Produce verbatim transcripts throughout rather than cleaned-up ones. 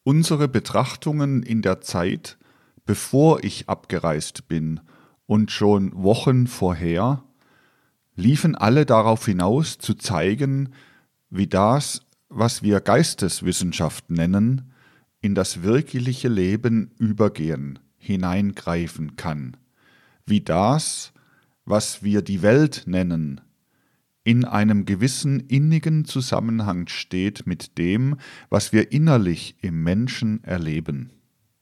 Unsere Betrachtungen in der Zeit, bevor ich abgereist bin und schon Wochen vorher, liefen alle darauf hinaus, zu zeigen, wie das, was wir Geisteswissenschaft nennen, in das wirkliche Leben übergehen, hineingreifen kann, wie das, was wir die Welt nennen, in einem gewissen innigen Zusammenhang steht mit dem, was wir innerlich im Menschen erleben.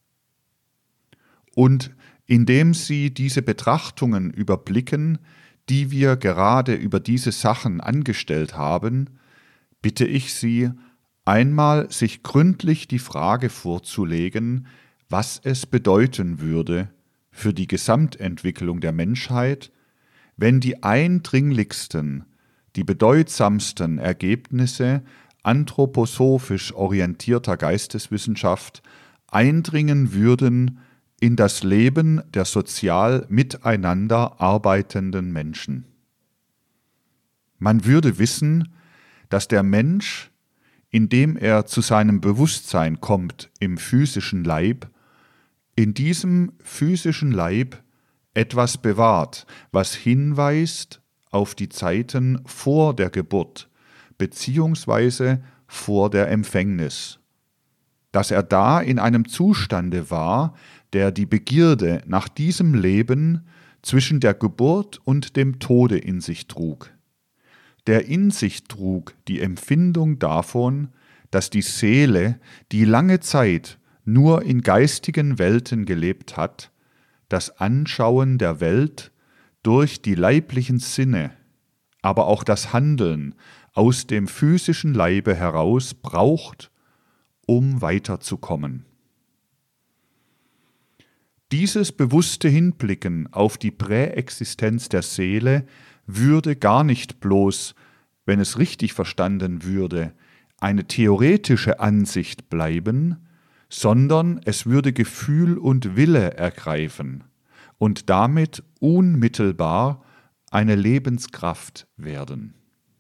Und indem Sie diese Betrachtungen überblicken, die wir gerade über diese Sachen angestellt haben, bitte ich Sie, einmal sich gründlich die Frage vorzulegen, was es bedeuten würde für die Gesamtentwicklung der Menschheit, wenn die eindringlichsten, die bedeutsamsten Ergebnisse anthroposophisch orientierter Geisteswissenschaft eindringen würden in das Leben der sozial miteinander arbeitenden Menschen. Man würde wissen, dass der Mensch, indem er zu seinem Bewusstsein kommt im physischen Leib, in diesem physischen Leib etwas bewahrt, was hinweist auf die Zeiten vor der Geburt beziehungsweise vor der Empfängnis, dass er da in einem Zustande war, der die Begierde nach diesem Leben zwischen der Geburt und dem Tode in sich trug, der in sich trug die Empfindung davon, dass die Seele, die lange Zeit nur in geistigen Welten gelebt hat, das Anschauen der Welt durch die leiblichen Sinne, aber auch das Handeln aus dem physischen Leibe heraus braucht, um weiterzukommen. Dieses bewusste Hinblicken auf die Präexistenz der Seele würde gar nicht bloß, wenn es richtig verstanden würde, eine theoretische Ansicht bleiben, sondern es würde Gefühl und Wille ergreifen und damit unmittelbar eine Lebenskraft werden.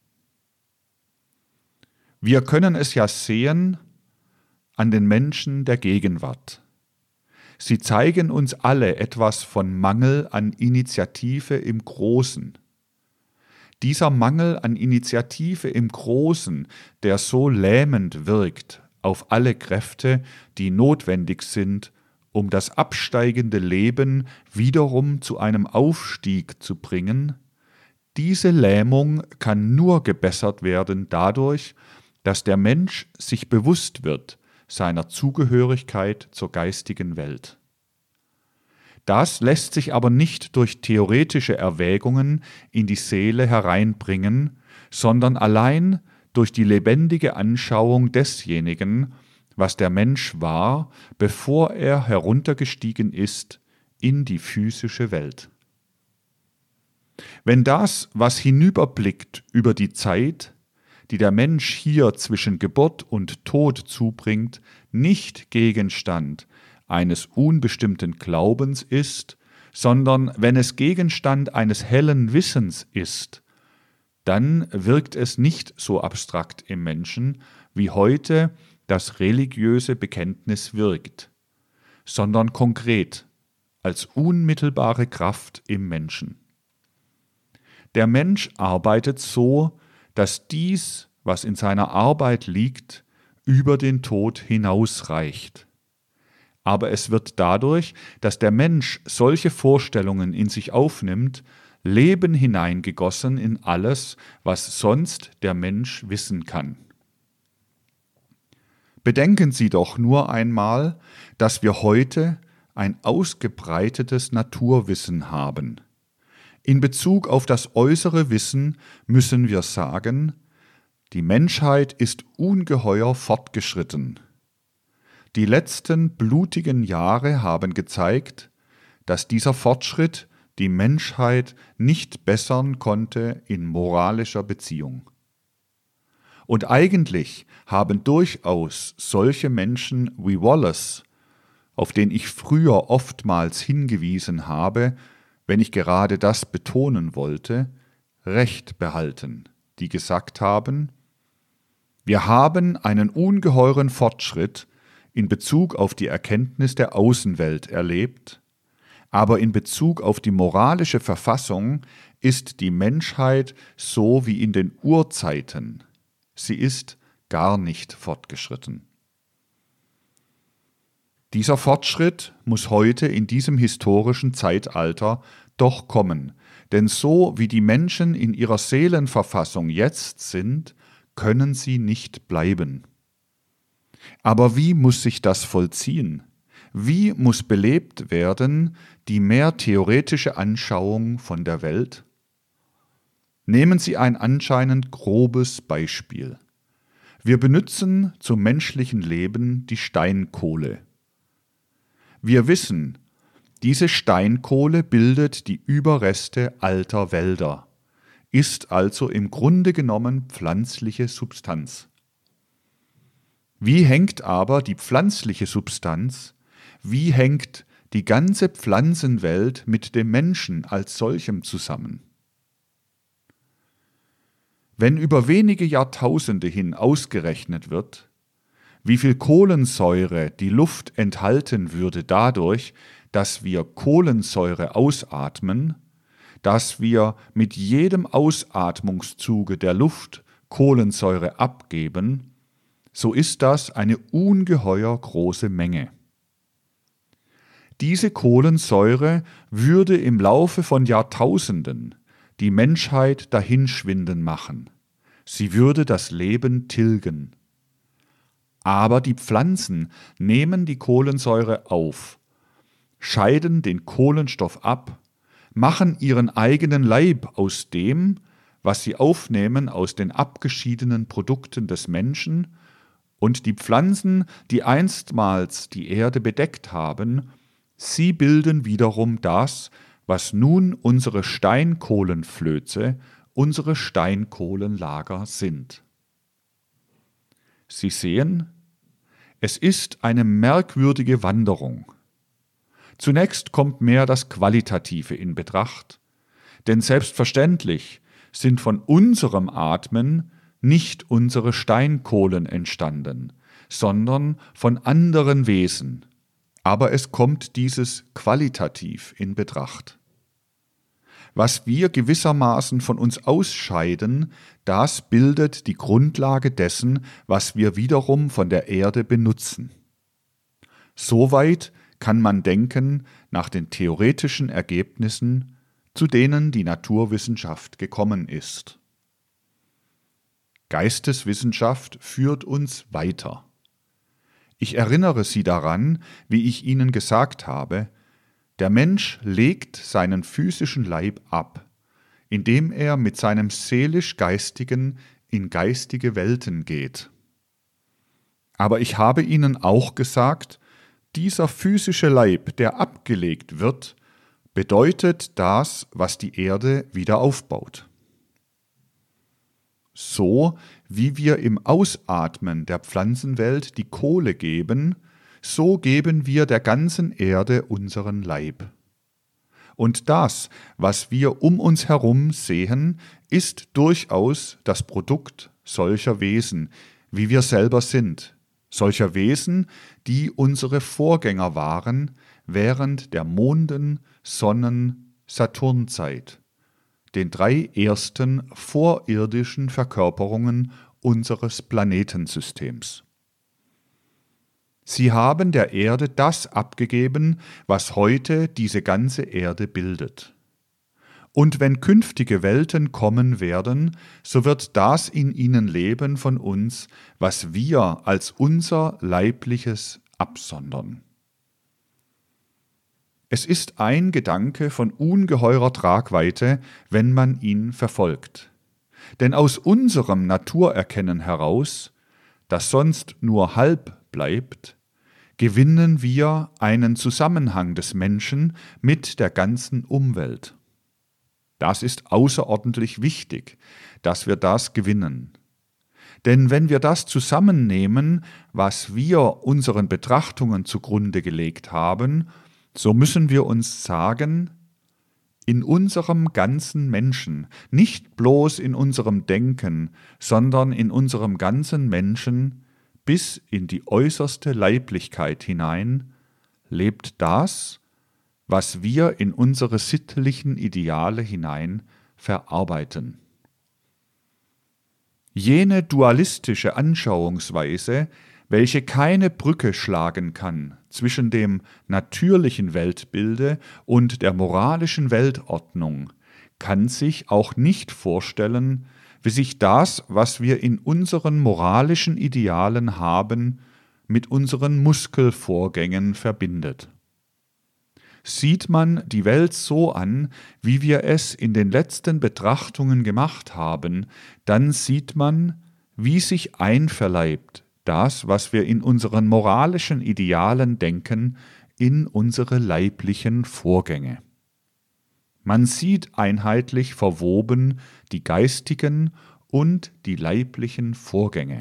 Wir können es ja sehen an den Menschen der Gegenwart. Sie zeigen uns alle etwas von Mangel an Initiative im Großen. Dieser Mangel an Initiative im Großen, der so lähmend wirkt auf alle Kräfte, die notwendig sind, um das absteigende Leben wiederum zu einem Aufstieg zu bringen, diese Lähmung kann nur gebessert werden dadurch, dass der Mensch sich bewusst wird seiner Zugehörigkeit zur geistigen Welt. Das lässt sich aber nicht durch theoretische Erwägungen in die Seele hereinbringen, sondern allein durch die lebendige Anschauung desjenigen, was der Mensch war, bevor er heruntergestiegen ist in die physische Welt. Wenn das, was hinüberblickt über die Zeit, die der Mensch hier zwischen Geburt und Tod zubringt, nicht Gegenstand eines unbestimmten Glaubens ist, sondern wenn es Gegenstand eines hellen Wissens ist, dann wirkt es nicht so abstrakt im Menschen, wie heute das religiöse Bekenntnis wirkt, sondern konkret, als unmittelbare Kraft im Menschen. Der Mensch arbeitet so, dass dies, was in seiner Arbeit liegt, über den Tod hinausreicht. Aber es wird dadurch, dass der Mensch solche Vorstellungen in sich aufnimmt, Leben hineingegossen in alles, was sonst der Mensch wissen kann. Bedenken Sie doch nur einmal, dass wir heute ein ausgebreitetes Naturwissen haben. In Bezug auf das äußere Wissen müssen wir sagen, die Menschheit ist ungeheuer fortgeschritten. Die letzten blutigen Jahre haben gezeigt, dass dieser Fortschritt die Menschheit nicht bessern konnte in moralischer Beziehung. Und eigentlich haben durchaus solche Menschen wie Wallace, auf den ich früher oftmals hingewiesen habe, wenn ich gerade das betonen wollte, Recht behalten, die gesagt haben, wir haben einen ungeheuren Fortschritt in Bezug auf die Erkenntnis der Außenwelt erlebt, aber in Bezug auf die moralische Verfassung ist die Menschheit so wie in den Urzeiten. Sie ist gar nicht fortgeschritten. Dieser Fortschritt muss heute in diesem historischen Zeitalter doch kommen, denn so wie die Menschen in ihrer Seelenverfassung jetzt sind, können sie nicht bleiben. Aber wie muss sich das vollziehen? Wie muss belebt werden die mehr theoretische Anschauung von der Welt? Nehmen Sie ein anscheinend grobes Beispiel. Wir benutzen zum menschlichen Leben die Steinkohle. Wir wissen, diese Steinkohle bildet die Überreste alter Wälder, ist also im Grunde genommen pflanzliche Substanz. Wie hängt aber die pflanzliche Substanz, wie hängt die ganze Pflanzenwelt mit dem Menschen als solchem zusammen? Wenn über wenige Jahrtausende hin ausgerechnet wird, wie viel Kohlensäure die Luft enthalten würde dadurch, dass wir Kohlensäure ausatmen, dass wir mit jedem Ausatmungszuge der Luft Kohlensäure abgeben, so ist das eine ungeheuer große Menge. Diese Kohlensäure würde im Laufe von Jahrtausenden die Menschheit dahinschwinden machen. Sie würde das Leben tilgen. Aber die Pflanzen nehmen die Kohlensäure auf, scheiden den Kohlenstoff ab, machen ihren eigenen Leib aus dem, was sie aufnehmen aus den abgeschiedenen Produkten des Menschen, und die Pflanzen, die einstmals die Erde bedeckt haben, sie bilden wiederum das, was nun unsere Steinkohlenflöze, unsere Steinkohlenlager sind. Sie sehen, es ist eine merkwürdige Wanderung. Zunächst kommt mehr das Qualitative in Betracht, denn selbstverständlich sind von unserem Atmen nicht unsere Steinkohlen entstanden, sondern von anderen Wesen, aber es kommt dieses qualitativ in Betracht. Was wir gewissermaßen von uns ausscheiden, das bildet die Grundlage dessen, was wir wiederum von der Erde benutzen. Soweit kann man denken nach den theoretischen Ergebnissen, zu denen die Naturwissenschaft gekommen ist. Geisteswissenschaft führt uns weiter. Ich erinnere Sie daran, wie ich Ihnen gesagt habe, der Mensch legt seinen physischen Leib ab, indem er mit seinem seelisch-geistigen in geistige Welten geht. Aber ich habe Ihnen auch gesagt, dieser physische Leib, der abgelegt wird, bedeutet das, was die Erde wieder aufbaut. So wie wir im Ausatmen der Pflanzenwelt die Kohle geben, so geben wir der ganzen Erde unseren Leib. Und das, was wir um uns herum sehen, ist durchaus das Produkt solcher Wesen, wie wir selber sind, solcher Wesen, die unsere Vorgänger waren während der Monden-, Sonnen-, Saturnzeit, den drei ersten vorirdischen Verkörperungen unseres Planetensystems. Sie haben der Erde das abgegeben, was heute diese ganze Erde bildet. Und wenn künftige Welten kommen werden, so wird das in ihnen leben von uns, was wir als unser Leibliches absondern. Es ist ein Gedanke von ungeheurer Tragweite, wenn man ihn verfolgt. Denn aus unserem Naturerkennen heraus, das sonst nur halb bleibt, gewinnen wir einen Zusammenhang des Menschen mit der ganzen Umwelt. Das ist außerordentlich wichtig, dass wir das gewinnen. Denn wenn wir das zusammennehmen, was wir unseren Betrachtungen zugrunde gelegt haben, so müssen wir uns sagen, in unserem ganzen Menschen, nicht bloß in unserem Denken, sondern in unserem ganzen Menschen bis in die äußerste Leiblichkeit hinein, lebt das, was wir in unsere sittlichen Ideale hinein verarbeiten. Jene dualistische Anschauungsweise, welche keine Brücke schlagen kann zwischen dem natürlichen Weltbilde und der moralischen Weltordnung, kann sich auch nicht vorstellen, wie sich das, was wir in unseren moralischen Idealen haben, mit unseren Muskelvorgängen verbindet. Sieht man die Welt so an, wie wir es in den letzten Betrachtungen gemacht haben, dann sieht man, wie sich einverleibt das, was wir in unseren moralischen Idealen denken, in unsere leiblichen Vorgänge. Man sieht einheitlich verwoben die geistigen und die leiblichen Vorgänge.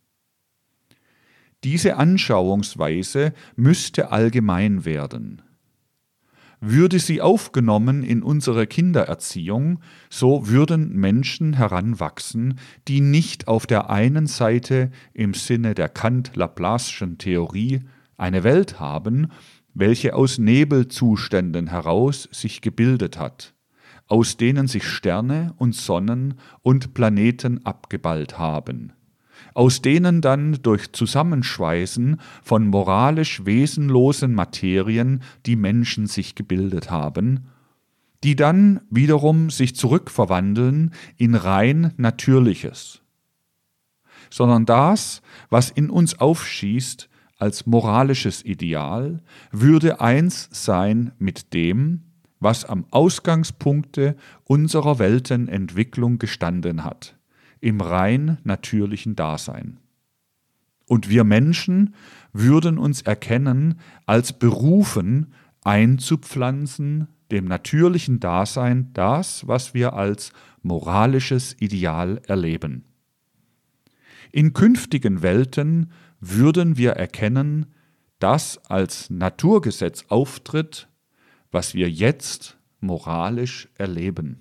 Diese Anschauungsweise müsste allgemein werden. Würde sie aufgenommen in unsere Kindererziehung, so würden Menschen heranwachsen, die nicht auf der einen Seite im Sinne der Kant-Laplace'schen Theorie eine Welt haben, welche aus Nebelzuständen heraus sich gebildet hat, aus denen sich Sterne und Sonnen und Planeten abgeballt haben, aus denen dann durch Zusammenschweißen von moralisch wesenlosen Materien die Menschen sich gebildet haben, die dann wiederum sich zurückverwandeln in rein Natürliches, sondern das, was in uns aufschießt als moralisches Ideal, würde eins sein mit dem, was am Ausgangspunkte unserer Weltenentwicklung gestanden hat, im rein natürlichen Dasein. Und wir Menschen würden uns erkennen als berufen, einzupflanzen, dem natürlichen Dasein das, was wir als moralisches Ideal erleben. In künftigen Welten würden wir erkennen, dass als Naturgesetz auftritt, was wir jetzt moralisch erleben.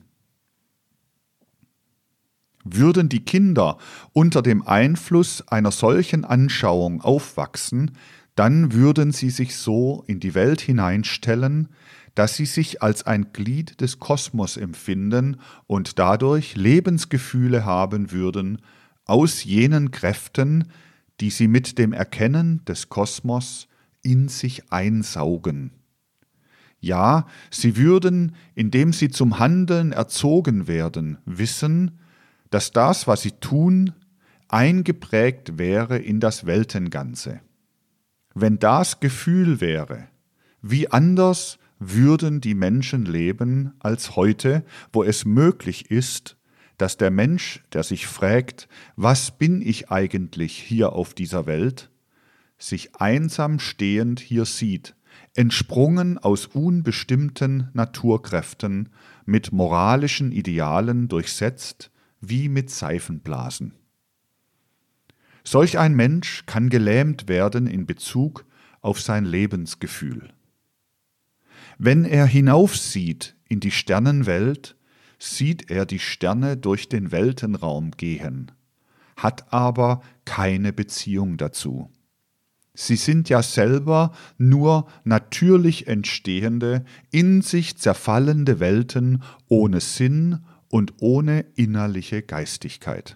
Würden die Kinder unter dem Einfluss einer solchen Anschauung aufwachsen, dann würden sie sich so in die Welt hineinstellen, dass sie sich als ein Glied des Kosmos empfinden und dadurch Lebensgefühle haben würden aus jenen Kräften, die sie mit dem Erkennen des Kosmos in sich einsaugen. Ja, sie würden, indem sie zum Handeln erzogen werden, wissen, dass das, was sie tun, eingeprägt wäre in das Weltenganze. Wenn das Gefühl wäre, wie anders würden die Menschen leben als heute, wo es möglich ist, dass der Mensch, der sich fragt, was bin ich eigentlich hier auf dieser Welt, sich einsam stehend hier sieht, entsprungen aus unbestimmten Naturkräften, mit moralischen Idealen durchsetzt, wie mit Seifenblasen. Solch ein Mensch kann gelähmt werden in Bezug auf sein Lebensgefühl. Wenn er hinaufsieht in die Sternenwelt, sieht er die Sterne durch den Weltenraum gehen, hat aber keine Beziehung dazu. Sie sind ja selber nur natürlich entstehende, in sich zerfallende Welten ohne Sinn und ohne innerliche Geistigkeit.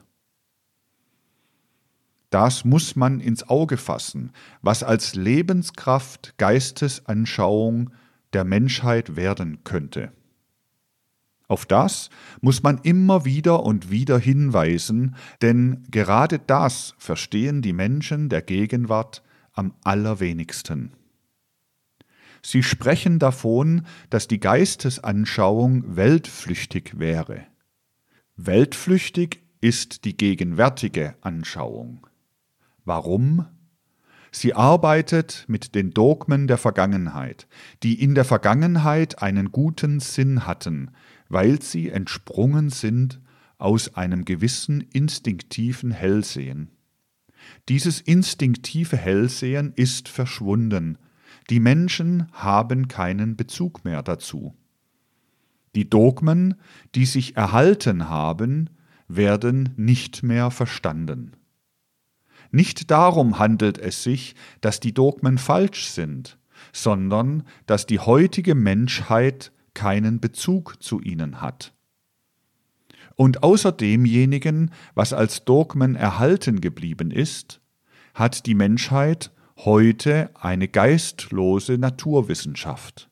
Das muss man ins Auge fassen, was als Lebenskraft Geistesanschauung der Menschheit werden könnte. Auf das muss man immer wieder und wieder hinweisen, denn gerade das verstehen die Menschen der Gegenwart am allerwenigsten. Sie sprechen davon, dass die Geistesanschauung weltflüchtig wäre. Weltflüchtig ist die gegenwärtige Anschauung. Warum? Sie arbeitet mit den Dogmen der Vergangenheit, die in der Vergangenheit einen guten Sinn hatten, weil sie entsprungen sind aus einem gewissen instinktiven Hellsehen. Dieses instinktive Hellsehen ist verschwunden. Die Menschen haben keinen Bezug mehr dazu. Die Dogmen, die sich erhalten haben, werden nicht mehr verstanden. Nicht darum handelt es sich, dass die Dogmen falsch sind, sondern dass die heutige Menschheit keinen Bezug zu ihnen hat. Und außer demjenigen, was als Dogmen erhalten geblieben ist, hat die Menschheit heute eine geistlose Naturwissenschaft.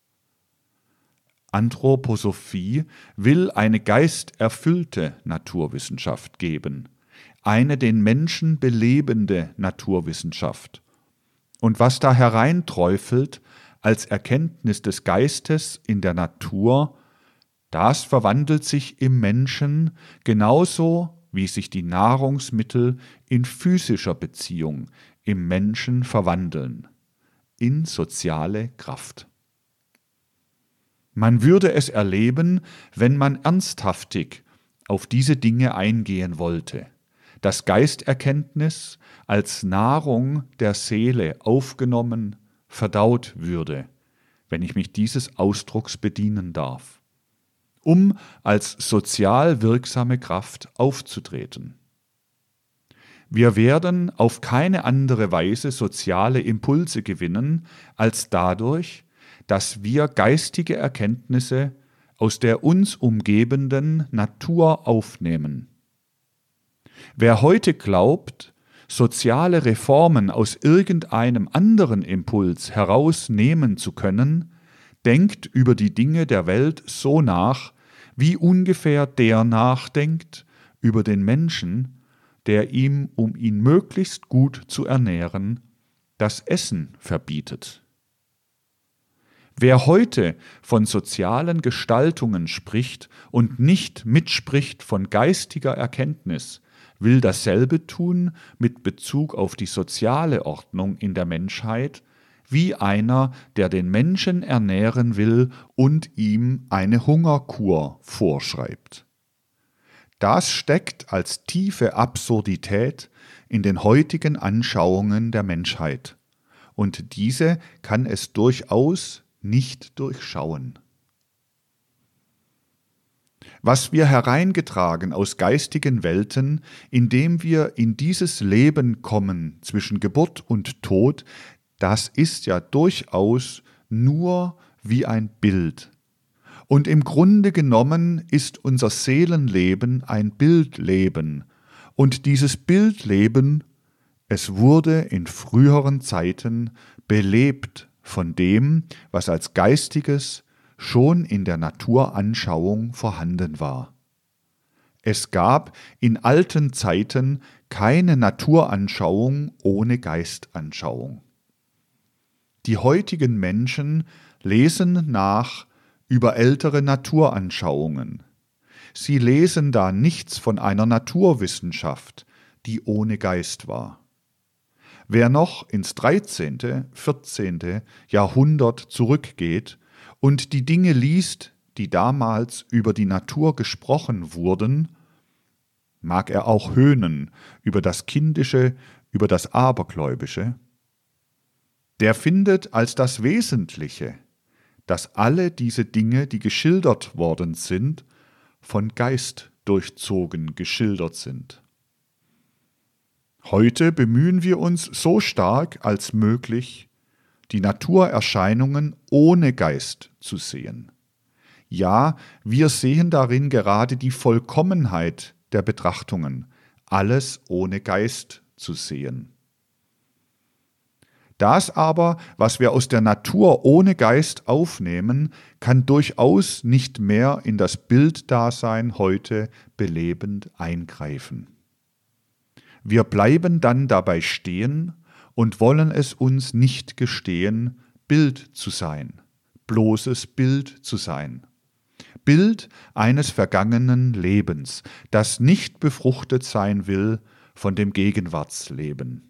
Anthroposophie will eine geisterfüllte Naturwissenschaft geben, eine den Menschen belebende Naturwissenschaft. Und was da hereinträufelt als Erkenntnis des Geistes in der Natur, das verwandelt sich im Menschen genauso, wie sich die Nahrungsmittel in physischer Beziehung im Menschen verwandeln, in soziale Kraft. Man würde es erleben, wenn man ernsthaftig auf diese Dinge eingehen wollte, dass Geisterkenntnis als Nahrung der Seele aufgenommen, verdaut würde, wenn ich mich dieses Ausdrucks bedienen darf, um als sozial wirksame Kraft aufzutreten. Wir werden auf keine andere Weise soziale Impulse gewinnen, als dadurch, dass wir geistige Erkenntnisse aus der uns umgebenden Natur aufnehmen. Wer heute glaubt, soziale Reformen aus irgendeinem anderen Impuls herausnehmen zu können, denkt über die Dinge der Welt so nach, wie ungefähr der nachdenkt über den Menschen, der ihm, um ihn möglichst gut zu ernähren, das Essen verbietet. Wer heute von sozialen Gestaltungen spricht und nicht mitspricht von geistiger Erkenntnis, will dasselbe tun mit Bezug auf die soziale Ordnung in der Menschheit, wie einer, der den Menschen ernähren will und ihm eine Hungerkur vorschreibt. Das steckt als tiefe Absurdität in den heutigen Anschauungen der Menschheit, und diese kann es durchaus nicht durchschauen. Was wir hereingetragen aus geistigen Welten, indem wir in dieses Leben kommen zwischen Geburt und Tod, das ist ja durchaus nur wie ein Bild. Und im Grunde genommen ist unser Seelenleben ein Bildleben. Und dieses Bildleben, es wurde in früheren Zeiten belebt von dem, was als Geistiges schon in der Naturanschauung vorhanden war. Es gab in alten Zeiten keine Naturanschauung ohne Geistanschauung. Die heutigen Menschen lesen nach über ältere Naturanschauungen. Sie lesen da nichts von einer Naturwissenschaft, die ohne Geist war. Wer noch ins dreizehnte, vierzehnte Jahrhundert zurückgeht und die Dinge liest, die damals über die Natur gesprochen wurden, mag er auch höhnen über das Kindische, über das Abergläubische, der findet als das Wesentliche, dass alle diese Dinge, die geschildert worden sind, von Geist durchzogen geschildert sind. Heute bemühen wir uns so stark als möglich, die Naturerscheinungen ohne Geist zu sehen. Ja, wir sehen darin gerade die Vollkommenheit der Betrachtungen, alles ohne Geist zu sehen. Das aber, was wir aus der Natur ohne Geist aufnehmen, kann durchaus nicht mehr in das Bilddasein heute belebend eingreifen. Wir bleiben dann dabei stehen und wollen es uns nicht gestehen, Bild zu sein, bloßes Bild zu sein. Bild eines vergangenen Lebens, das nicht befruchtet sein will von dem Gegenwartsleben.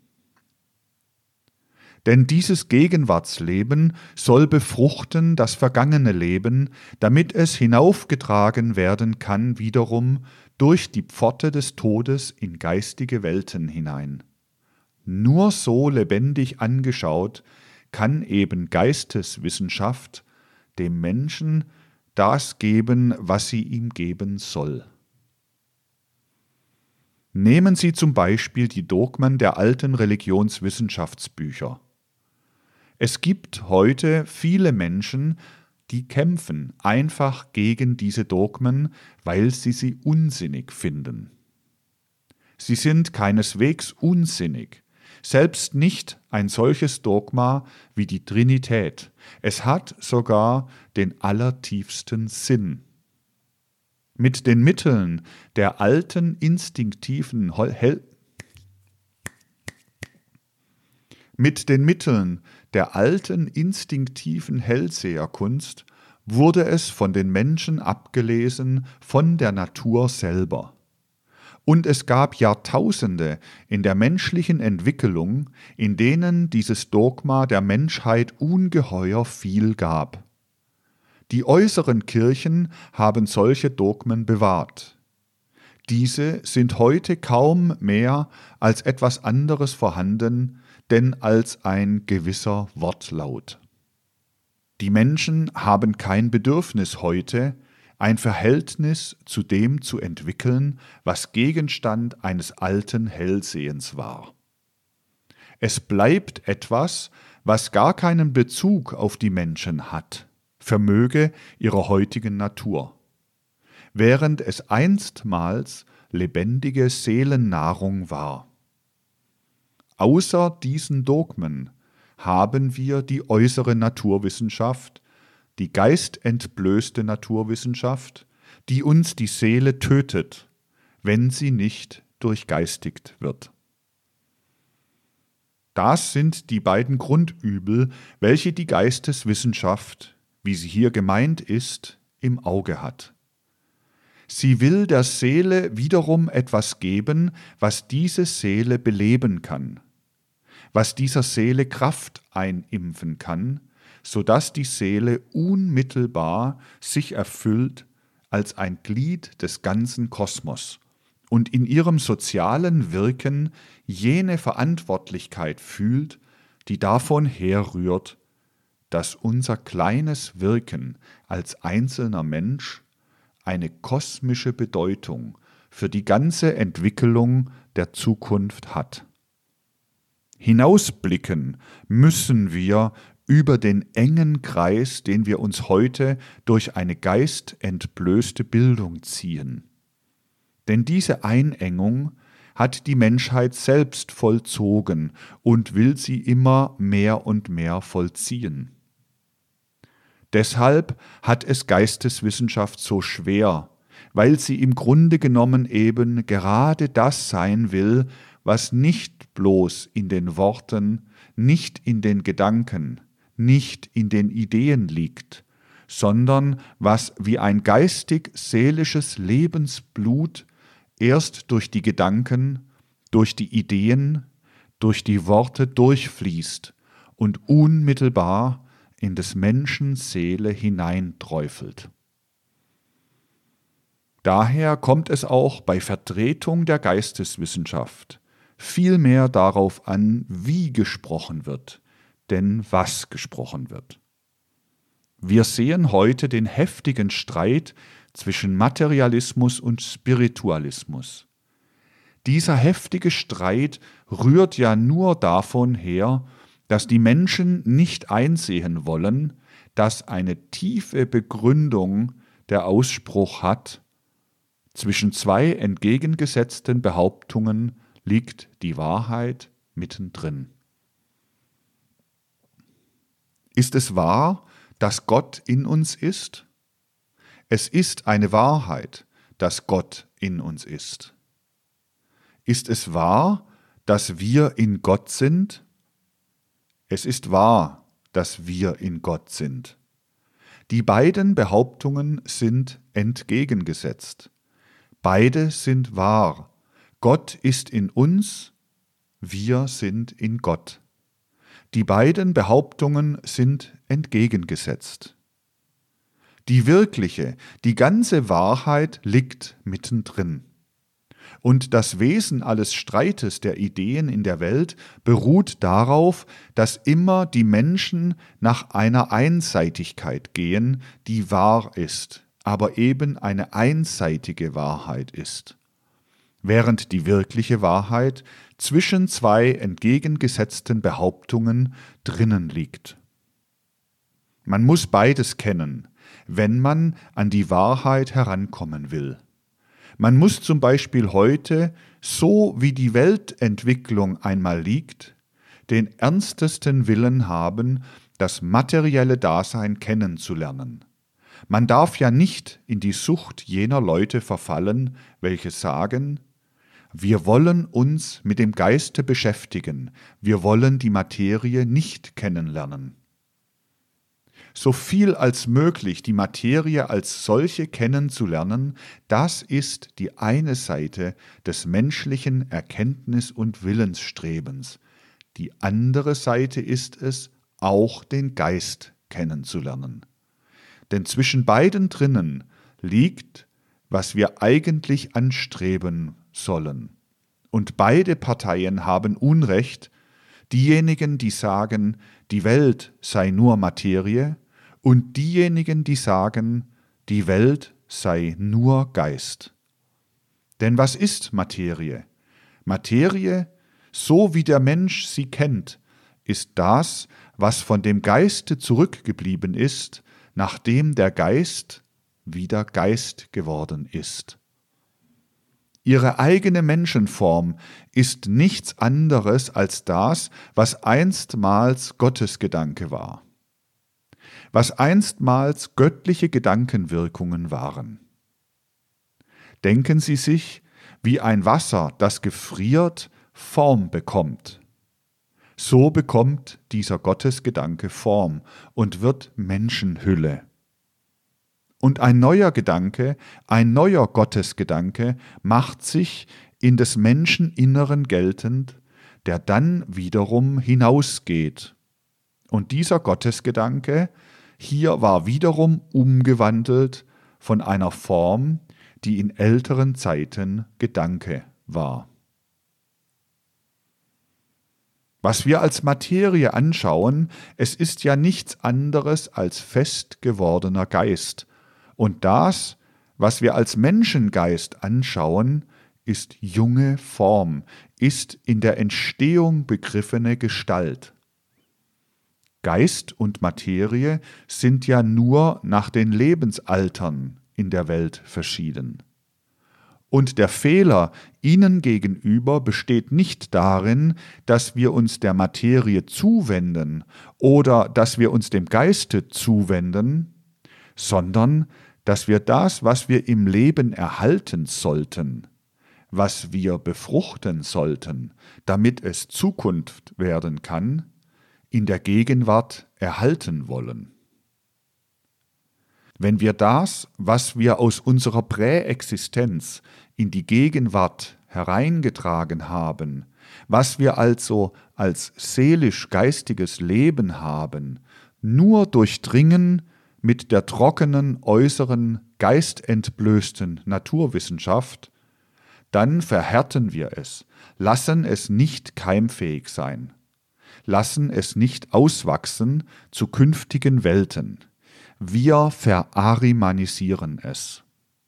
Denn dieses Gegenwartsleben soll befruchten das vergangene Leben, damit es hinaufgetragen werden kann wiederum durch die Pforte des Todes in geistige Welten hinein. Nur so lebendig angeschaut kann eben Geisteswissenschaft dem Menschen das geben, was sie ihm geben soll. Nehmen Sie zum Beispiel die Dogmen der alten Religionswissenschaftsbücher. Es gibt heute viele Menschen, die kämpfen einfach gegen diese Dogmen, weil sie sie unsinnig finden. Sie sind keineswegs unsinnig, selbst nicht ein solches Dogma wie die Trinität. Es hat sogar den allertiefsten Sinn. Mit den Mitteln der alten instinktiven Hel- Mit den Mitteln der alten instinktiven Hellseherkunst wurde es von den Menschen abgelesen von der Natur selber. Und es gab Jahrtausende in der menschlichen Entwicklung, in denen dieses Dogma der Menschheit ungeheuer viel gab. Die äußeren Kirchen haben solche Dogmen bewahrt. Diese sind heute kaum mehr als etwas anderes vorhanden, denn als ein gewisser Wortlaut. Die Menschen haben kein Bedürfnis heute, ein Verhältnis zu dem zu entwickeln, was Gegenstand eines alten Hellsehens war. Es bleibt etwas, was gar keinen Bezug auf die Menschen hat, vermöge ihrer heutigen Natur, während es einstmals lebendige Seelennahrung war. Außer diesen Dogmen haben wir die äußere Naturwissenschaft, die geistentblößte Naturwissenschaft, die uns die Seele tötet, wenn sie nicht durchgeistigt wird. Das sind die beiden Grundübel, welche die Geisteswissenschaft, wie sie hier gemeint ist, im Auge hat. Sie will der Seele wiederum etwas geben, was diese Seele beleben kann, was dieser Seele Kraft einimpfen kann, sodass die Seele unmittelbar sich erfüllt als ein Glied des ganzen Kosmos und in ihrem sozialen Wirken jene Verantwortlichkeit fühlt, die davon herrührt, dass unser kleines Wirken als einzelner Mensch eine kosmische Bedeutung für die ganze Entwicklung der Zukunft hat. Hinausblicken müssen wir über den engen Kreis, den wir uns heute durch eine geistentblößte Bildung ziehen. Denn diese Einengung hat die Menschheit selbst vollzogen und will sie immer mehr und mehr vollziehen. Deshalb hat es Geisteswissenschaft so schwer, weil sie im Grunde genommen eben gerade das sein will, was nicht bloß in den Worten, nicht in den Gedanken, nicht in den Ideen liegt, sondern was wie ein geistig-seelisches Lebensblut erst durch die Gedanken, durch die Ideen, durch die Worte durchfließt und unmittelbar in des Menschen Seele hineinträufelt. Daher kommt es auch bei Vertretung der Geisteswissenschaft vielmehr darauf an, wie gesprochen wird, denn was gesprochen wird. Wir sehen heute den heftigen Streit zwischen Materialismus und Spiritualismus. Dieser heftige Streit rührt ja nur davon her, dass die Menschen nicht einsehen wollen, dass eine tiefe Begründung der Ausspruch hat: Zwischen zwei entgegengesetzten Behauptungen liegt die Wahrheit mittendrin. Ist es wahr, dass Gott in uns ist? Es ist eine Wahrheit, dass Gott in uns ist. Ist es wahr, dass wir in Gott sind? Es ist wahr, dass wir in Gott sind. Die beiden Behauptungen sind entgegengesetzt. Beide sind wahr. Gott ist in uns, wir sind in Gott. Die beiden Behauptungen sind entgegengesetzt. Die wirkliche, die ganze Wahrheit liegt mittendrin. Und das Wesen alles Streites der Ideen in der Welt beruht darauf, dass immer die Menschen nach einer Einseitigkeit gehen, die wahr ist, aber eben eine einseitige Wahrheit ist. während die wirkliche Wahrheit zwischen zwei entgegengesetzten Behauptungen drinnen liegt. Man muss beides kennen, wenn man an die Wahrheit herankommen will. Man muss zum Beispiel heute, so wie die Weltentwicklung einmal liegt, den ernstesten Willen haben, das materielle Dasein kennenzulernen. Man darf ja nicht in die Sucht jener Leute verfallen, welche sagen, wir wollen uns mit dem Geiste beschäftigen, wir wollen die Materie nicht kennenlernen. So viel als möglich die Materie als solche kennenzulernen, das ist die eine Seite des menschlichen Erkenntnis- und Willensstrebens. Die andere Seite ist es, auch den Geist kennenzulernen. Denn zwischen beiden drinnen liegt, was wir eigentlich anstreben sollen. Und beide Parteien haben Unrecht, diejenigen, die sagen, die Welt sei nur Materie, und diejenigen, die sagen, die Welt sei nur Geist. Denn was ist Materie? Materie, so wie der Mensch sie kennt, ist das, was von dem Geiste zurückgeblieben ist, nachdem der Geist wieder Geist geworden ist. Ihre eigene Menschenform ist nichts anderes als das, was einstmals Gottes Gedanke war, was einstmals göttliche Gedankenwirkungen waren. Denken Sie sich, wie ein Wasser, das gefriert, Form bekommt. So bekommt dieser Gottesgedanke Form und wird Menschenhülle. Und ein neuer Gedanke, ein neuer Gottesgedanke macht sich in des Menschen Inneren geltend, der dann wiederum hinausgeht. Und dieser Gottesgedanke hier war wiederum umgewandelt von einer Form, die in älteren Zeiten Gedanke war. Was wir als Materie anschauen, es ist ja nichts anderes als fest gewordener Geist. Und das, was wir als Menschengeist anschauen, ist junge Form, ist in der Entstehung begriffene Gestalt. Geist und Materie sind ja nur nach den Lebensaltern in der Welt verschieden. Und der Fehler ihnen gegenüber besteht nicht darin, dass wir uns der Materie zuwenden oder dass wir uns dem Geiste zuwenden, sondern dass wir das, was wir im Leben erhalten sollten, was wir befruchten sollten, damit es Zukunft werden kann, in der Gegenwart erhalten wollen. Wenn wir das, was wir aus unserer Präexistenz in die Gegenwart hereingetragen haben, was wir also als seelisch-geistiges Leben haben, nur durchdringen mit der trockenen, äußeren, geistentblößten Naturwissenschaft, dann verhärten wir es, lassen es nicht keimfähig sein, lassen es nicht auswachsen zu künftigen Welten. Wir verarimanisieren es.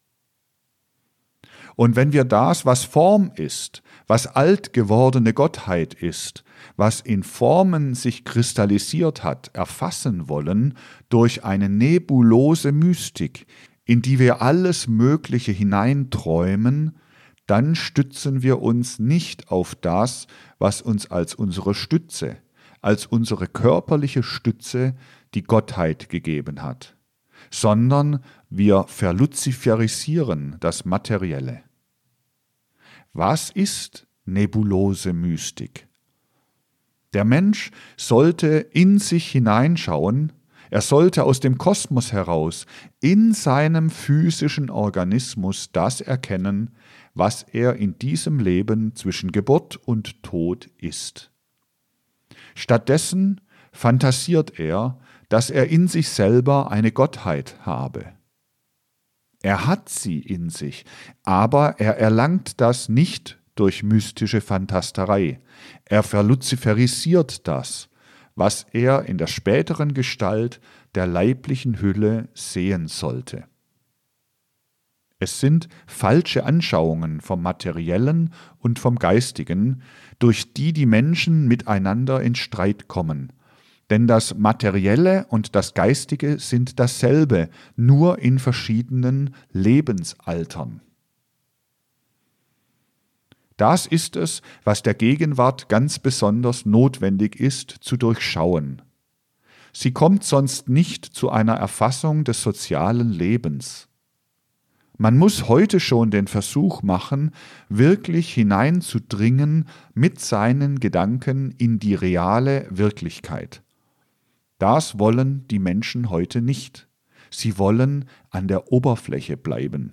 Und wenn wir das, was Form ist, was alt gewordene Gottheit ist, was in Formen sich kristallisiert hat, erfassen wollen durch eine nebulose Mystik, in die wir alles Mögliche hineinträumen, dann stützen wir uns nicht auf das, was uns als unsere Stütze, als unsere körperliche Stütze die Gottheit gegeben hat, sondern wir verluziferisieren das Materielle. Was ist nebulose Mystik? Der Mensch sollte in sich hineinschauen, er sollte aus dem Kosmos heraus in seinem physischen Organismus das erkennen, was er in diesem Leben zwischen Geburt und Tod ist. Stattdessen fantasiert er, dass er in sich selber eine Gottheit habe. Er hat sie in sich, aber er erlangt das nicht durch mystische Fantasterei. Er verluziferisiert das, was er in der späteren Gestalt der leiblichen Hülle sehen sollte. Es sind falsche Anschauungen vom Materiellen und vom Geistigen, durch die die Menschen miteinander in Streit kommen. Denn das Materielle und das Geistige sind dasselbe, nur in verschiedenen Lebensaltern. Das ist es, was der Gegenwart ganz besonders notwendig ist, zu durchschauen. Sie kommt sonst nicht zu einer Erfassung des sozialen Lebens. Man muss heute schon den Versuch machen, wirklich hineinzudringen mit seinen Gedanken in die reale Wirklichkeit. Das wollen die Menschen heute nicht. Sie wollen an der Oberfläche bleiben.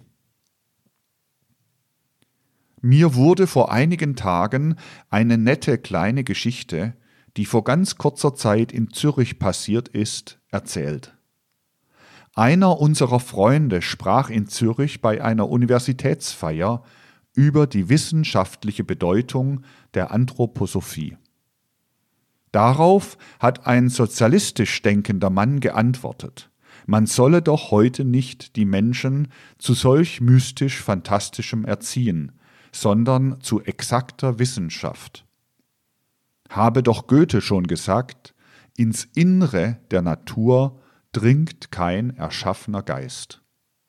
Mir wurde vor einigen Tagen eine nette kleine Geschichte, die vor ganz kurzer Zeit in Zürich passiert ist, erzählt. Einer unserer Freunde sprach in Zürich bei einer Universitätsfeier über die wissenschaftliche Bedeutung der Anthroposophie. Darauf hat ein sozialistisch denkender Mann geantwortet, man solle doch heute nicht die Menschen zu solch mystisch-fantastischem erziehen, sondern zu exakter Wissenschaft. Habe doch Goethe schon gesagt, ins Innere der Natur dringt kein erschaffener Geist.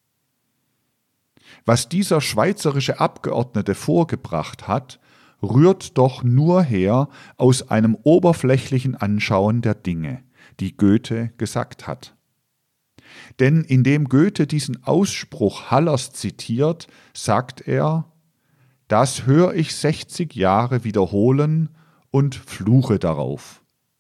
Was dieser schweizerische Abgeordnete vorgebracht hat, rührt doch nur her aus einem oberflächlichen Anschauen der Dinge, die Goethe gesagt hat. Denn indem Goethe diesen Ausspruch Hallers zitiert, sagt er, das hör ich sechzig Jahre wiederholen und fluche darauf.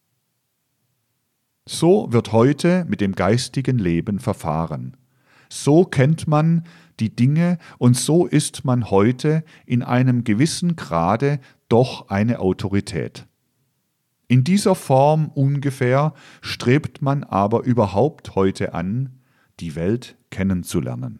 So wird heute mit dem geistigen Leben verfahren. So kennt man die Dinge und so ist man heute in einem gewissen Grade doch eine Autorität. In dieser Form ungefähr strebt man aber überhaupt heute an, die Welt kennenzulernen.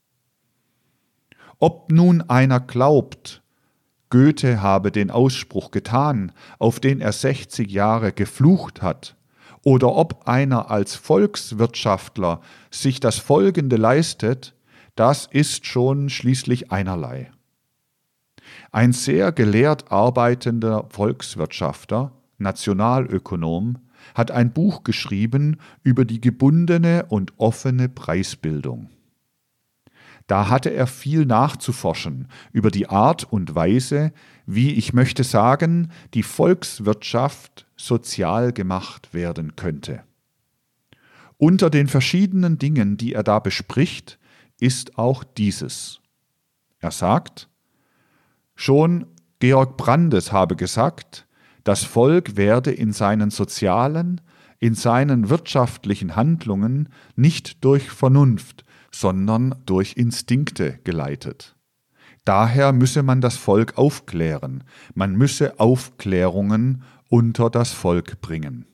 Ob nun einer glaubt, Goethe habe den Ausspruch getan, auf den er sechzig Jahre geflucht hat, oder ob einer als Volkswirtschaftler sich das Folgende leistet, das ist schon schließlich einerlei. Ein sehr gelehrt arbeitender Volkswirtschafter, Nationalökonom, hat ein Buch geschrieben über die gebundene und offene Preisbildung. Da hatte er viel nachzuforschen über die Art und Weise, wie, ich möchte sagen, die Volkswirtschaft sozial gemacht werden könnte. Unter den verschiedenen Dingen, die er da bespricht, ist auch dieses. Er sagt, schon Georg Brandes habe gesagt, das Volk werde in seinen sozialen, in seinen wirtschaftlichen Handlungen nicht durch Vernunft, sondern durch Instinkte geleitet. Daher müsse man das Volk aufklären, man müsse Aufklärungen unter das Volk bringen.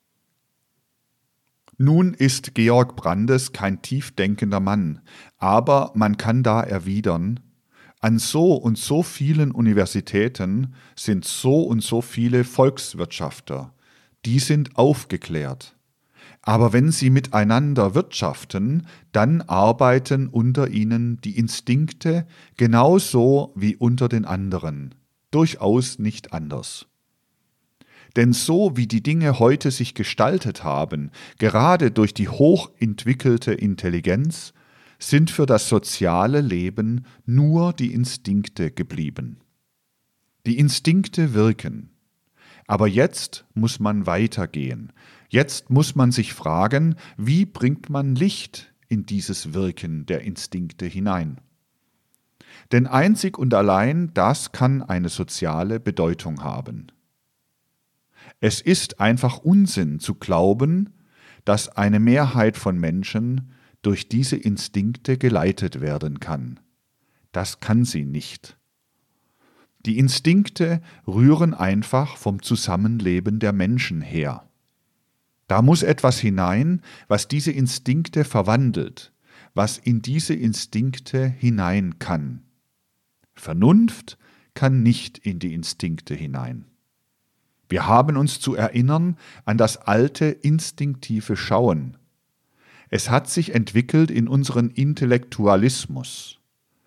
Nun ist Georg Brandes kein tiefdenkender Mann, aber man kann da erwidern, an so und so vielen Universitäten sind so und so viele Volkswirtschafter, die sind aufgeklärt. Aber wenn sie miteinander wirtschaften, dann arbeiten unter ihnen die Instinkte genauso wie unter den anderen, durchaus nicht anders. Denn so wie die Dinge heute sich gestaltet haben, gerade durch die hochentwickelte Intelligenz, sind für das soziale Leben nur die Instinkte geblieben. Die Instinkte wirken. Aber jetzt muss man weitergehen. Jetzt muss man sich fragen, wie bringt man Licht in dieses Wirken der Instinkte hinein? Denn einzig und allein das kann eine soziale Bedeutung haben. Es ist einfach Unsinn zu glauben, dass eine Mehrheit von Menschen durch diese Instinkte geleitet werden kann. Das kann sie nicht. Die Instinkte rühren einfach vom Zusammenleben der Menschen her. Da muss etwas hinein, was diese Instinkte verwandelt, was in diese Instinkte hinein kann. Vernunft kann nicht in die Instinkte hinein. Wir haben uns zu erinnern an das alte instinktive Schauen. Es hat sich entwickelt in unseren Intellektualismus.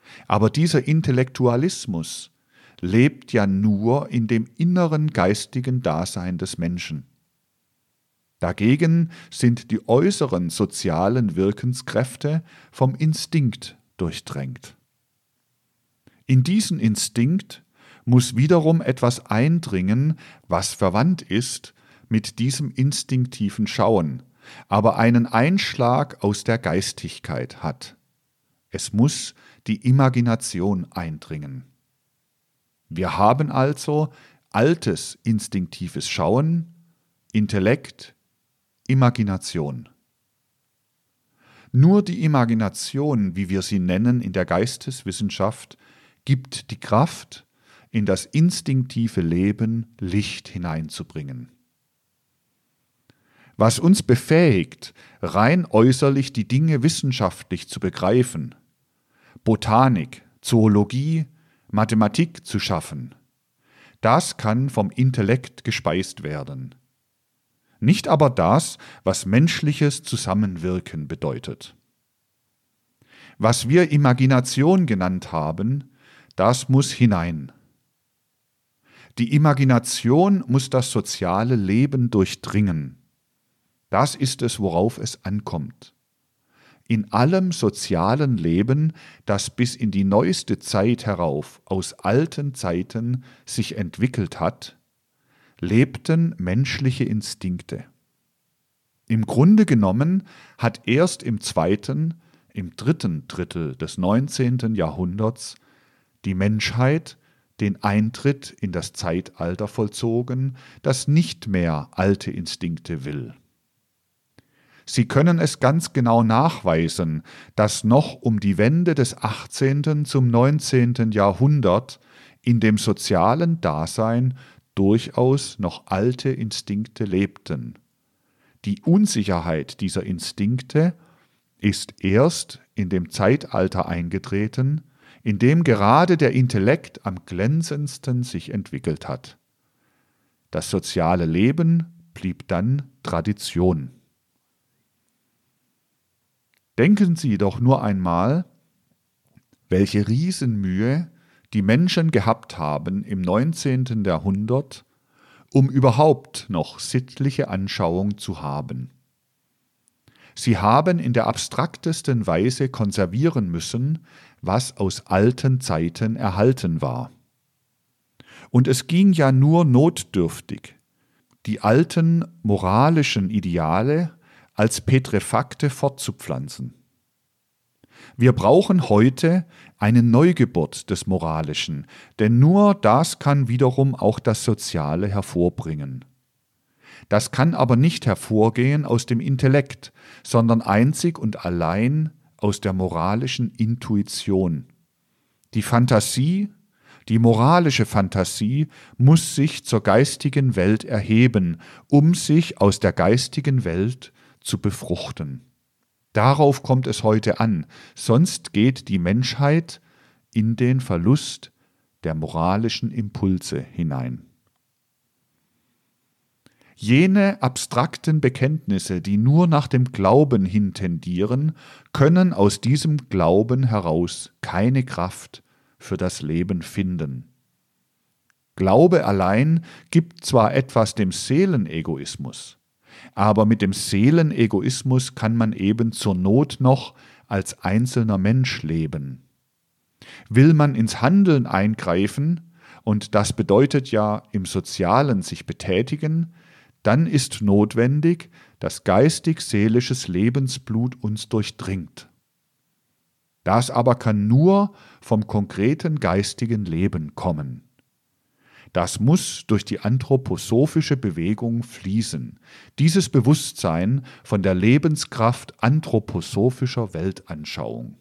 Aber dieser Intellektualismus lebt ja nur in dem inneren geistigen Dasein des Menschen. Dagegen sind die äußeren sozialen Wirkenskräfte vom Instinkt durchdrängt. In diesen Instinkt muss wiederum etwas eindringen, was verwandt ist mit diesem instinktiven Schauen, aber einen Einschlag aus der Geistigkeit hat. Es muss die Imagination eindringen. Wir haben also altes instinktives Schauen, Intellekt, Imagination. Nur die Imagination, wie wir sie nennen in der Geisteswissenschaft, gibt die Kraft, in das instinktive Leben Licht hineinzubringen. Was uns befähigt, rein äußerlich die Dinge wissenschaftlich zu begreifen, Botanik, Zoologie, Mathematik zu schaffen, das kann vom Intellekt gespeist werden. Nicht aber das, was menschliches Zusammenwirken bedeutet. Was wir Imagination genannt haben, das muss hinein. Die Imagination muss das soziale Leben durchdringen. Das ist es, worauf es ankommt. In allem sozialen Leben, das bis in die neueste Zeit herauf aus alten Zeiten sich entwickelt hat, lebten menschliche Instinkte. Im Grunde genommen hat erst im zweiten, im dritten Drittel des neunzehnten Jahrhunderts die Menschheit den Eintritt in das Zeitalter vollzogen, das nicht mehr alte Instinkte will. Sie können es ganz genau nachweisen, dass noch um die Wende des achtzehnten zum neunzehnten Jahrhundert in dem sozialen Dasein durchaus noch alte Instinkte lebten. Die Unsicherheit dieser Instinkte ist erst in dem Zeitalter eingetreten, in dem gerade der Intellekt am glänzendsten sich entwickelt hat. Das soziale Leben blieb dann Tradition. Denken Sie doch nur einmal, welche Riesenmühe die Menschen gehabt haben im neunzehnten Jahrhundert, um überhaupt noch sittliche Anschauung zu haben. Sie haben in der abstraktesten Weise konservieren müssen, was aus alten Zeiten erhalten war. Und es ging ja nur notdürftig, die alten moralischen Ideale als Petrefakte fortzupflanzen. Wir brauchen heute eine Neugeburt des Moralischen, denn nur das kann wiederum auch das Soziale hervorbringen. Das kann aber nicht hervorgehen aus dem Intellekt, sondern einzig und allein aus der moralischen Intuition. Die Fantasie, die moralische Fantasie muss sich zur geistigen Welt erheben, um sich aus der geistigen Welt zu befruchten. Darauf kommt es heute an, sonst geht die Menschheit in den Verlust der moralischen Impulse hinein. Jene abstrakten Bekenntnisse, die nur nach dem Glauben hin tendieren, können aus diesem Glauben heraus keine Kraft für das Leben finden. Glaube allein gibt zwar etwas dem Seelenegoismus, aber mit dem Seelenegoismus kann man eben zur Not noch als einzelner Mensch leben. Will man ins Handeln eingreifen, und das bedeutet ja im Sozialen sich betätigen, dann ist notwendig, dass geistig-seelisches Lebensblut uns durchdringt. Das aber kann nur vom konkreten geistigen Leben kommen. Das muss durch die anthroposophische Bewegung fließen, dieses Bewusstsein von der Lebenskraft anthroposophischer Weltanschauung.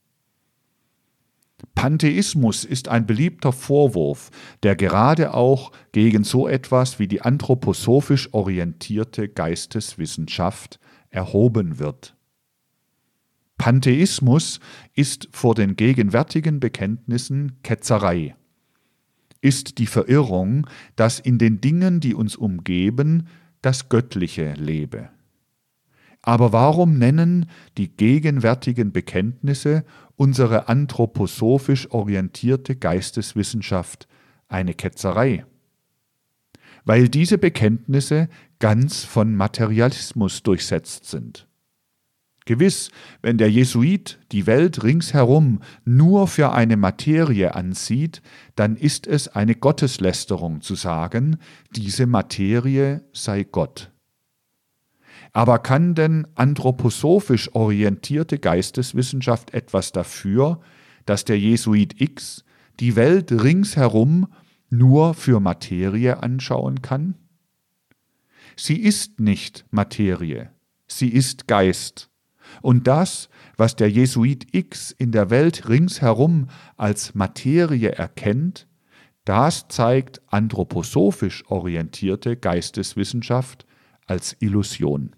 Pantheismus ist ein beliebter Vorwurf, der gerade auch gegen so etwas wie die anthroposophisch orientierte Geisteswissenschaft erhoben wird. Pantheismus ist vor den gegenwärtigen Bekenntnissen Ketzerei, ist die Verirrung, dass in den Dingen, die uns umgeben, das Göttliche lebe. Aber warum nennen die gegenwärtigen Bekenntnisse unsere anthroposophisch orientierte Geisteswissenschaft eine Ketzerei, weil diese Bekenntnisse ganz von Materialismus durchsetzt sind. Gewiss, wenn der Jesuit die Welt ringsherum nur für eine Materie ansieht, dann ist es eine Gotteslästerung zu sagen, diese Materie sei Gott. Aber kann denn anthroposophisch orientierte Geisteswissenschaft etwas dafür, dass der Jesuit X die Welt ringsherum nur für Materie anschauen kann? Sie ist nicht Materie, sie ist Geist. Und das, was der Jesuit X in der Welt ringsherum als Materie erkennt, das zeigt anthroposophisch orientierte Geisteswissenschaft als Illusion.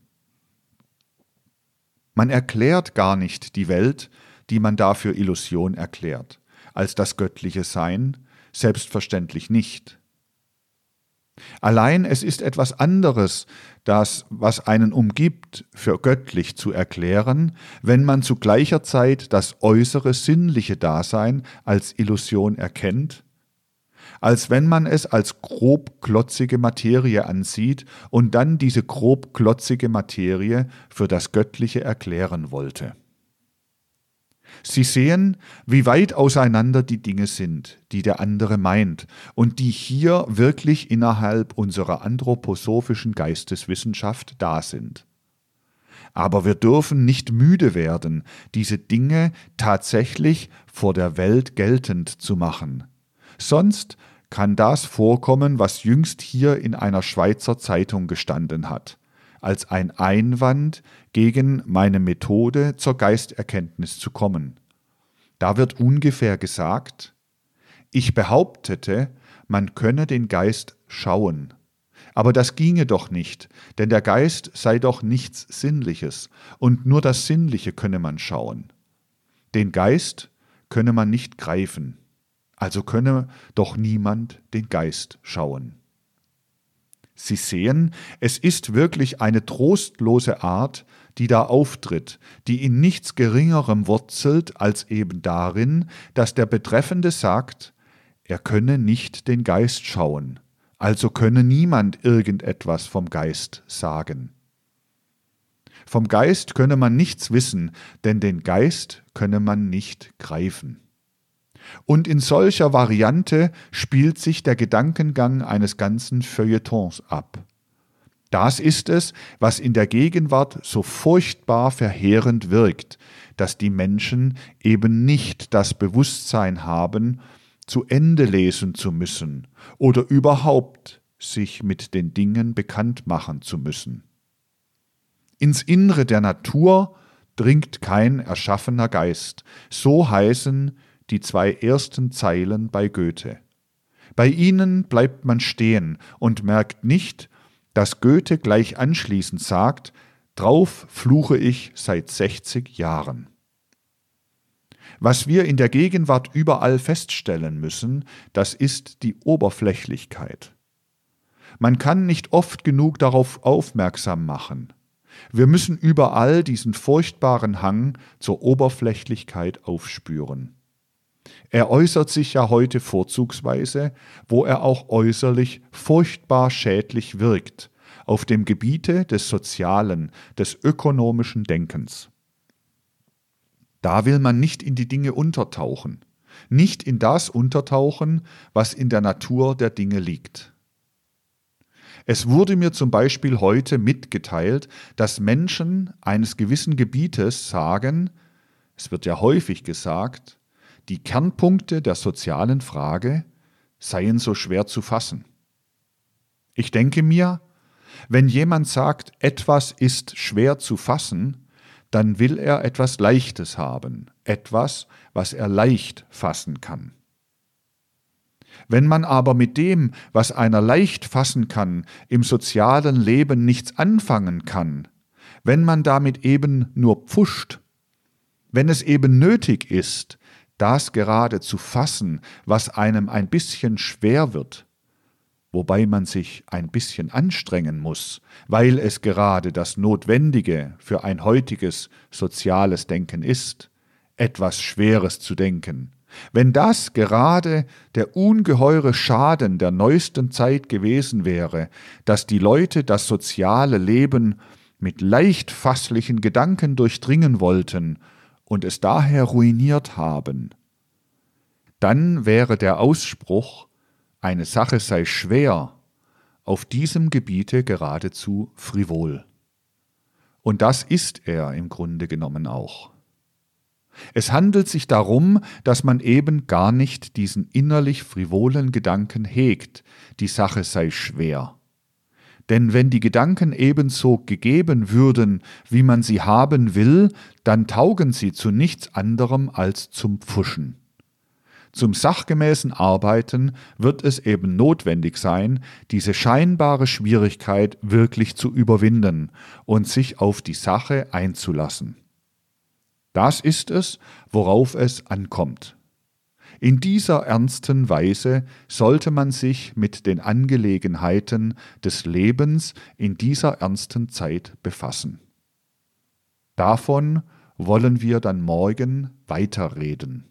Man erklärt gar nicht die Welt, die man dafür Illusion erklärt, als das göttliche Sein, selbstverständlich nicht. Allein es ist etwas anderes, das, was einen umgibt, für göttlich zu erklären, wenn man zu gleicher Zeit das äußere sinnliche Dasein als Illusion erkennt, als wenn man es als grobklotzige Materie ansieht und dann diese grobklotzige Materie für das Göttliche erklären wollte. Sie sehen, wie weit auseinander die Dinge sind, die der andere meint und die hier wirklich innerhalb unserer anthroposophischen Geisteswissenschaft da sind. Aber wir dürfen nicht müde werden, diese Dinge tatsächlich vor der Welt geltend zu machen. Sonst kann das vorkommen, was jüngst hier in einer Schweizer Zeitung gestanden hat, als ein Einwand gegen meine Methode zur Geisterkenntnis zu kommen. Da wird ungefähr gesagt, ich behauptete, man könne den Geist schauen. Aber das ginge doch nicht, denn der Geist sei doch nichts Sinnliches und nur das Sinnliche könne man schauen. Den Geist könne man nicht greifen, also könne doch niemand den Geist schauen. Sie sehen, es ist wirklich eine trostlose Art, die da auftritt, die in nichts Geringerem wurzelt als eben darin, dass der Betreffende sagt, er könne nicht den Geist schauen, also könne niemand irgendetwas vom Geist sagen. Vom Geist könne man nichts wissen, denn den Geist könne man nicht greifen. Und in solcher Variante spielt sich der Gedankengang eines ganzen Feuilletons ab. Das ist es, was in der Gegenwart so furchtbar verheerend wirkt, dass die Menschen eben nicht das Bewusstsein haben, zu Ende lesen zu müssen oder überhaupt sich mit den Dingen bekannt machen zu müssen. Ins Innere der Natur dringt kein erschaffener Geist, so heißen die zwei ersten Zeilen bei Goethe. Bei ihnen bleibt man stehen und merkt nicht, dass Goethe gleich anschließend sagt, drauf fluche ich seit sechzig Jahren. Was wir in der Gegenwart überall feststellen müssen, das ist die Oberflächlichkeit. Man kann nicht oft genug darauf aufmerksam machen. Wir müssen überall diesen furchtbaren Hang zur Oberflächlichkeit aufspüren. Er äußert sich ja heute vorzugsweise, wo er auch äußerlich furchtbar schädlich wirkt, auf dem Gebiete des sozialen, des ökonomischen Denkens. Da will man nicht in die Dinge untertauchen, nicht in das untertauchen, was in der Natur der Dinge liegt. Es wurde mir zum Beispiel heute mitgeteilt, dass Menschen eines gewissen Gebietes sagen, es wird ja häufig gesagt, die Kernpunkte der sozialen Frage seien so schwer zu fassen. Ich denke mir, wenn jemand sagt, etwas ist schwer zu fassen, dann will er etwas Leichtes haben, etwas, was er leicht fassen kann. Wenn man aber mit dem, was einer leicht fassen kann, im sozialen Leben nichts anfangen kann, wenn man damit eben nur pfuscht, wenn es eben nötig ist, das gerade zu fassen, was einem ein bisschen schwer wird, wobei man sich ein bisschen anstrengen muss, weil es gerade das Notwendige für ein heutiges soziales Denken ist, etwas Schweres zu denken. Wenn das gerade der ungeheure Schaden der neuesten Zeit gewesen wäre, dass die Leute das soziale Leben mit leicht fasslichen Gedanken durchdringen wollten und es daher ruiniert haben, dann wäre der Ausspruch, eine Sache sei schwer, auf diesem Gebiete geradezu frivol. Und das ist er im Grunde genommen auch. Es handelt sich darum, dass man eben gar nicht diesen innerlich frivolen Gedanken hegt, die Sache sei schwer. Denn wenn die Gedanken ebenso gegeben würden, wie man sie haben will, dann taugen sie zu nichts anderem als zum Pfuschen. Zum sachgemäßen Arbeiten wird es eben notwendig sein, diese scheinbare Schwierigkeit wirklich zu überwinden und sich auf die Sache einzulassen. Das ist es, worauf es ankommt. In dieser ernsten Weise sollte man sich mit den Angelegenheiten des Lebens in dieser ernsten Zeit befassen. Davon wollen wir dann morgen weiterreden.